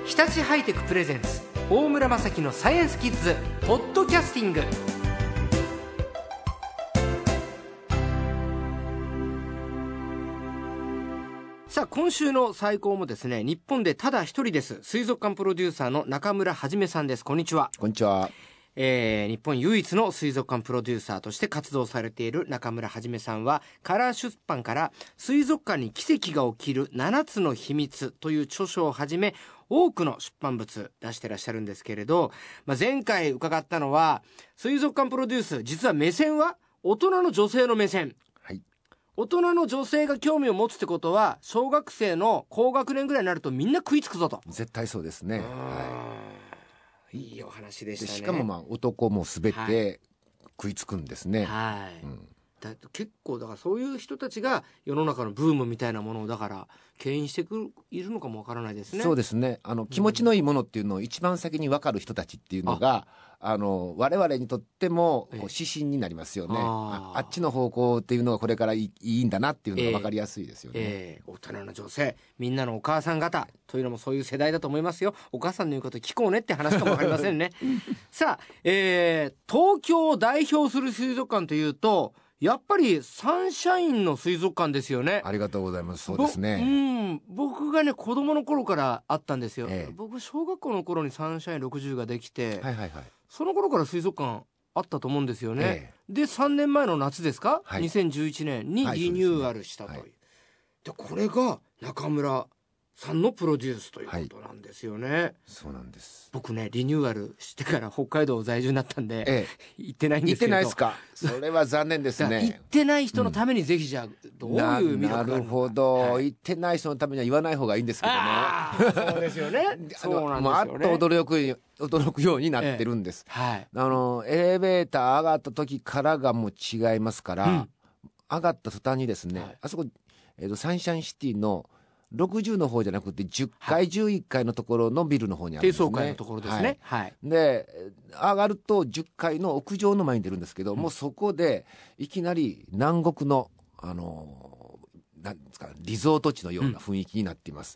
日立ハイテクプレゼンツ大村雅樹のサイエンスキッズポッドキャスティング。さあ今週の最高もですね、日本でただ一人です。水族館プロデューサーの中村はじめさんです。こんにちは。 こんにちは。 日本唯一の水族館プロデューサーとして活動されている中村はじめさんは、カラー出版から水族館に奇跡が起きる7つの秘密という著書をはじめ、多くの出版物出してらっしゃるんですけれど、前回伺ったのは水族館プロデュース、実は目線は大人の女性の目線、はい、大人の女性が興味を持つってことは、小学生の高学年ぐらいになるとみんな食いつくぞと。 絶対そうですね。 いいお話でしたね。 しかも男も全て食いつくんですね。 はい、結構だからそういう人たちが世の中のブームみたいなものをだから牽引しているのかもわからないですね。 そうですね。気持ちのいいものっていうのを一番先に分かる人たちっていうのが、我々にとっても指針になりますよね。あっちの方向っていうのがこれからいいんだなっていうのが分かりやすいですよね。 大人の女性、みんなのお母さん方というのもそういう世代だと思いますよ。お母さんの言うこと聞こうねって話かもわかりませんね。さあ、東京を代表する水族館というとやっぱりサンシャインの水族館ですよね。 ありがとうございます。そうですね。 僕がね子供の頃からあったんですよ。僕小学校の頃にサンシャイン60ができて、その頃から水族館あったと思うんですよね。で3年前の夏ですか、2011年にリニューアルしたという、でこれが中村さんのプロデュースということなんですよね。 そうなんです。 僕ねリニューアルしてから北海道在住になったんで、行ってないんですけど。 行ってないですか。それは残念ですね。 行ってない人のためにぜひじゃあどういう魅力があるのか。 なるほど、行ってない人のためには言わない方がいいんですけどね。 そうですよね。そうなんですよね。 あっと驚くようになってるんです。エレベーター上がった時からがもう違いますから、上がった途端にですね、あそこ、サンシャインシティの60の方じゃなくて10階、11階のところのビルの方にあるんですね。 低層階のところですね。 で上がると10階の屋上の前に出るんですけど、もうそこでいきなり南国のなんですか、リゾート地のような雰囲気になっています。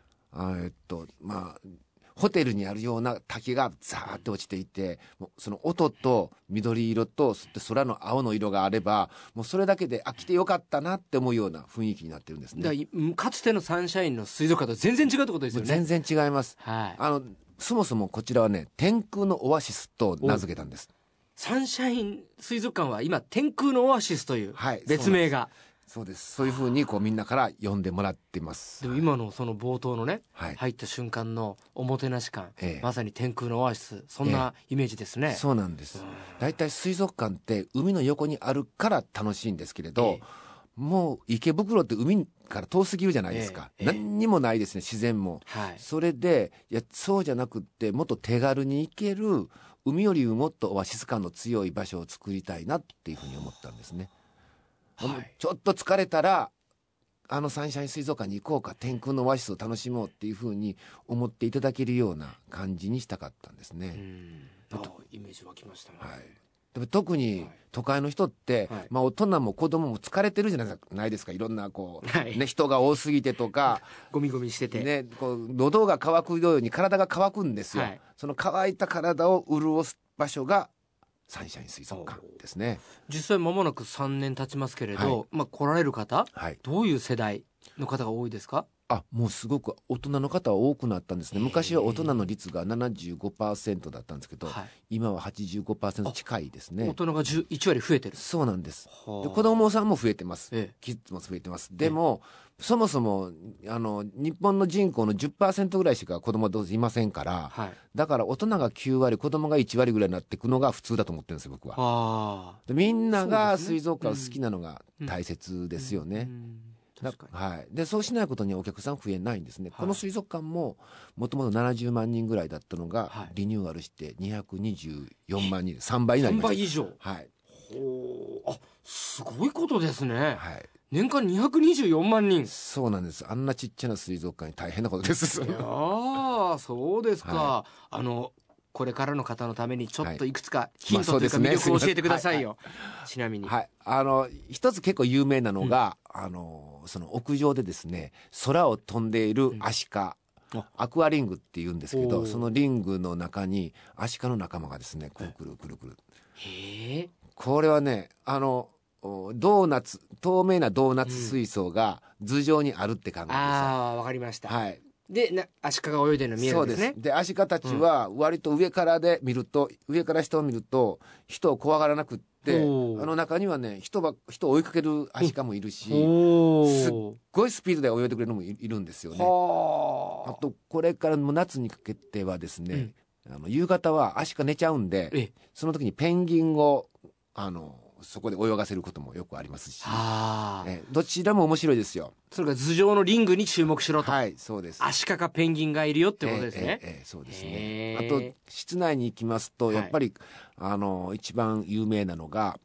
ホテルにあるような滝がザーって落ちていて、もうその音と緑色と空の青の色があれば、もうそれだけで来てよかったなって思うような雰囲気になってるんですね。 かつてのサンシャインの水族館と全然違うってことですよね。 全然違います。そもそもこちらはね、天空のオアシスと名付けたんです。 サンシャイン水族館は今天空のオアシスという別名が、 そうです。そういうふうにみんなから呼んでもらってます。 でも今のその冒頭のね、入った瞬間のおもてなし感、まさに天空のオアシス、そんなイメージですね。 そうなんです。だいたい水族館って海の横にあるから楽しいんですけれど、もう池袋って海から遠すぎるじゃないですか。何にもないですね、自然も。それでそうじゃなくってもっと手軽に行ける、海よりもっとオアシス感の強い場所を作りたいなっていうふうに思ったんですね。ちょっと疲れたらサンシャイン水族館に行こうか、天空のオアシスを楽しもうっていうふうに思っていただけるような感じにしたかったんですね。 イメージ湧きましたね。 でも特に都会の人って、大人も子供も疲れてるじゃないですか。いろんな人が多すぎてとかゴミゴミしてて、 喉が渇くように体が渇くんですよ。その乾いた体を潤す場所がサンシャイン水族館ですね。 実際間もなく3年経ちますけれど、来られる方、どういう世代の方が多いですか？ もうすごく大人の方は多くなったんですね。昔は大人の率が 75% だったんですけど、今は 85% 近いですね。 大人が1割増えてる。 そうなんです。で子供さんも増えてます。キッズも増えてます。でもそもそも日本の人口の 10% ぐらいしか子供同士いませんから、だから大人が9割子供が1割ぐらいになっていくのが普通だと思ってるんですよ、僕は。でみんなが水族館好きなのが大切ですよね。でそうしないことにお客さん増えないんですね。この水族館ももともと70万人ぐらいだったのが、リニューアルして224万人、3倍になりました。 3倍以上。すごいことですね。年間224万人。 そうなんです。あんなちっちゃな水族館に大変なことです。 いやそうですか。これからの方のためにちょっといくつかヒントというか魅力を教えてくださいよ。ちなみに一つ結構有名なのが、その屋上でですね、空を飛んでいるアシカ、 アクアリングって言うんですけど、そのリングの中にアシカの仲間がですねくるくるくるくる。これはねドーナツ、透明なドーナツ水槽が頭上にあるって考えですよ。 わかりました。 はい。 でアシカが泳いでるの見えるんですね。 そうです。でアシカたちは割と上からで見ると、上から下を見ると人を怖がらなくって、中にはね人を追いかけるアシカもいるし、すっごいスピードで泳いでくれるのもいるんですよね。あとこれからの夏にかけてはですね、夕方はアシカ寝ちゃうんで、その時にペンギンをそこで泳がせることもよくありますし、どちらも面白いですよ。 それから頭上のリングに注目しろと。 はい、そうです。 アシカかペンギンがいるよってことですね。 そうですね。あと室内に行きますとやっぱり、一番有名なのが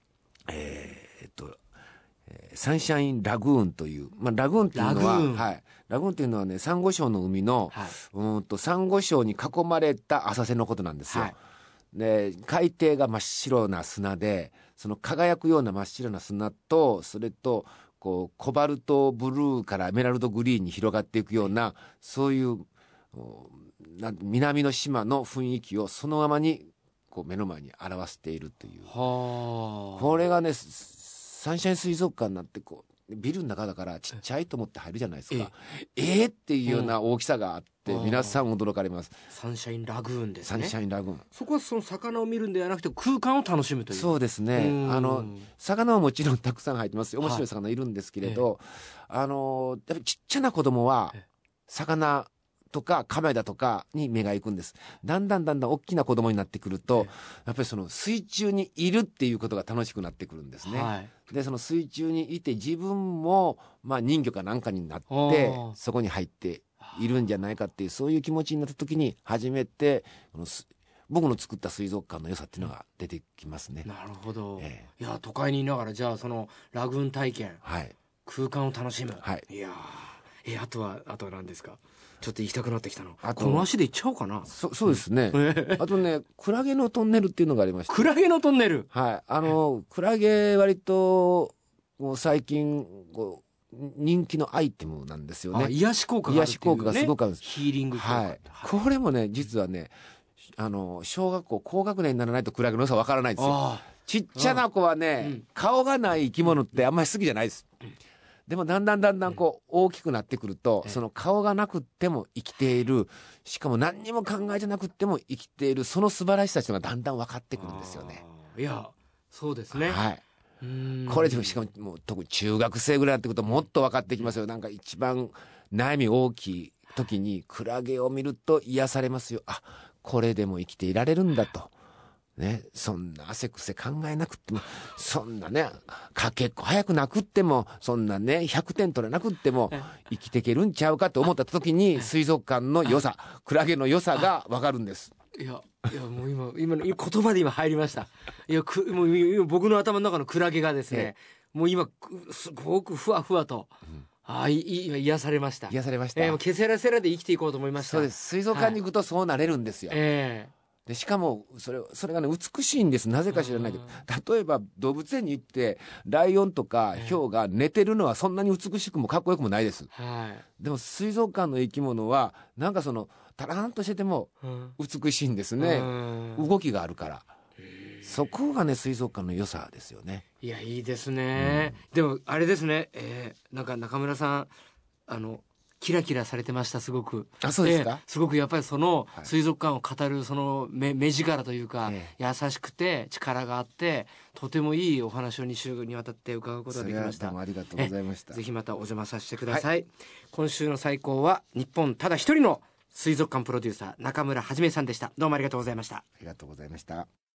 サンシャインラグーンという、ラグーンっていうのは、ラグーンっていうのはね、サンゴ礁の海の、サンゴ礁に囲まれた浅瀬のことなんですよ。で海底が真っ白な砂で、その輝くような真っ白な砂と、それとこうコバルトブルーからエメラルドグリーンに広がっていくような、そういう南の島の雰囲気をそのままにこう目の前に表しているという。これがね、サンシャイン水族館なんてこうビルの中だからちっちゃいと思って入るじゃないですか。っていうような大きさがあって、皆さん驚かれます。 サンシャインラグーンですね。 サンシャインラグーン。 そこはその魚を見るんではなくて空間を楽しむという。 そうですね。魚はもちろんたくさん入ってますよ。面白い魚いるんですけれど、やっぱりちっちゃな子供は魚とかカメだとかに目が行くんです。だんだん大きな子供になってくると、やっぱりその水中にいるっていうことが楽しくなってくるんですね。でその水中にいて自分も人魚かなんかになってそこに入っているんじゃないかっていう、そういう気持ちになった時に初めて僕の作った水族館の良さっていうのが出てきますね。 なるほど。いや都会にいながらじゃあそのラグーン体験、空間を楽しむ。いやあとは何ですか。ちょっと行きたくなってきたの。この足で行っちゃおうかな。 そうですね。あとね、クラゲのトンネルっていうのがありまして。 クラゲのトンネル。 クラゲ割と最近人気のアイテムなんですよね。 癒し効果があるっていうね。 癒し効果がすごくあるんです。 ヒーリング効果。 これもね、実はね、小学校高学年にならないとクラゲの良さわからないですよ。ちっちゃな子はね、顔がない生き物ってあんまり好きじゃないです。でもだんだんこう大きくなってくると、その顔がなくっても生きている、しかも何にも考えてなくっても生きている、その素晴らしさというのがだんだん分かってくるんですよね。 いやそうですね。 これでしかもう特に中学生ぐらいになってくるともっと分かってきますよ。なんか一番悩み大きい時にクラゲを見ると癒されますよ。これでも生きていられるんだと。そんな汗くせ考えなくっても、そんなねかけっこ早くなくっても、そんなね100点取れなくっても生きていけるんちゃうかと思った時に、水族館の良さ、クラゲの良さが分かるんです。 いやもう今の言葉で今入りました。もう今僕の頭の中のクラゲがですね、もう今すごくふわふわと、癒されました。 癒されました。 ケセラセラで生きていこうと思いました。 そうです。水族館に行くとそうなれるんですよ。でしかもそれがね美しいんです。なぜか知らないけど、例えば動物園に行ってライオンとかヒョウが寝てるのはそんなに美しくもかっこよくもないです。でも水族館の生き物はなんかタラーンとしてても美しいんですね。動きがあるから。そこがね水族館の良さですよね。 いやいいですね。でもあれですね、なんか中村さんキラキラされてました。すごく。 そうですか。 すごくやっぱりその水族館を語るその目力というか、優しくて力があって、とてもいいお話を2週にわたって伺うことができました。 ありがとうございました。 ぜひまたお邪魔させてください。今週の最高は日本ただ一人の水族館プロデューサー中村はじめさんでした。どうもありがとうございました。 ありがとうございました。